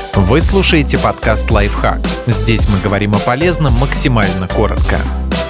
Вы слушаете подкаст «Лайфхак». Здесь мы говорим о полезном максимально коротко.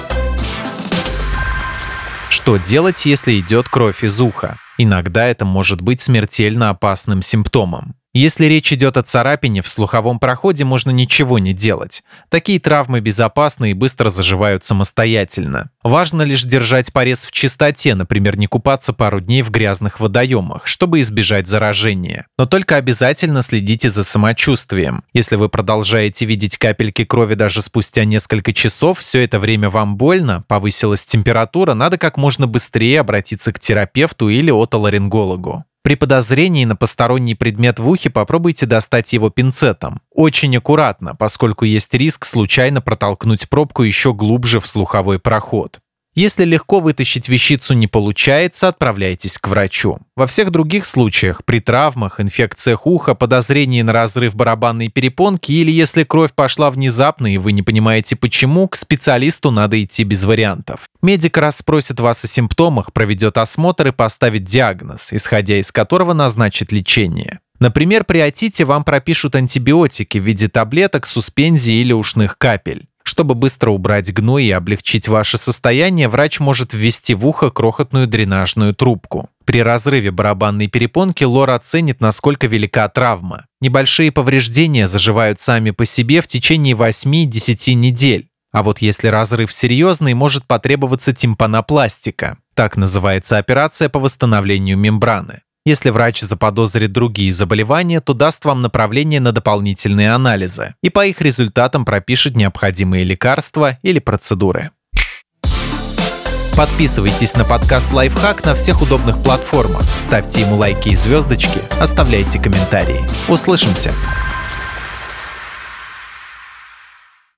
Что делать, если идет кровь из уха? Иногда это может быть смертельно опасным симптомом. Если речь идет о царапине в слуховом проходе, можно ничего не делать. Такие травмы безопасны и быстро заживают самостоятельно. Важно лишь держать порез в чистоте, например, не купаться пару дней в грязных водоемах, чтобы избежать заражения. Но только обязательно следите за самочувствием. Если вы продолжаете видеть капельки крови даже спустя несколько часов, все это время вам больно, повысилась температура, надо как можно быстрее обратиться к терапевту или отоларингологу. При подозрении на посторонний предмет в ухе попробуйте достать его пинцетом. Очень аккуратно, поскольку есть риск случайно протолкнуть пробку еще глубже в слуховой проход. Если легко вытащить вещицу не получается, отправляйтесь к врачу. Во всех других случаях, при травмах, инфекциях уха, подозрении на разрыв барабанной перепонки или если кровь пошла внезапно и вы не понимаете почему, к специалисту надо идти без вариантов. Медик расспросит вас о симптомах, проведет осмотр и поставит диагноз, исходя из которого назначит лечение. Например, при отите вам пропишут антибиотики в виде таблеток, суспензий или ушных капель. Чтобы быстро убрать гной и облегчить ваше состояние, врач может ввести в ухо крохотную дренажную трубку. При разрыве барабанной перепонки лор оценит, насколько велика травма. Небольшие повреждения заживают сами по себе в течение 8-10 недель. А вот если разрыв серьезный, может потребоваться тимпанопластика. Так называется операция по восстановлению мембраны. Если врач заподозрит другие заболевания, то даст вам направление на дополнительные анализы и по их результатам пропишет необходимые лекарства или процедуры. Подписывайтесь на подкаст «Лайфхак» на всех удобных платформах, ставьте ему лайки и звездочки, оставляйте комментарии. Услышимся!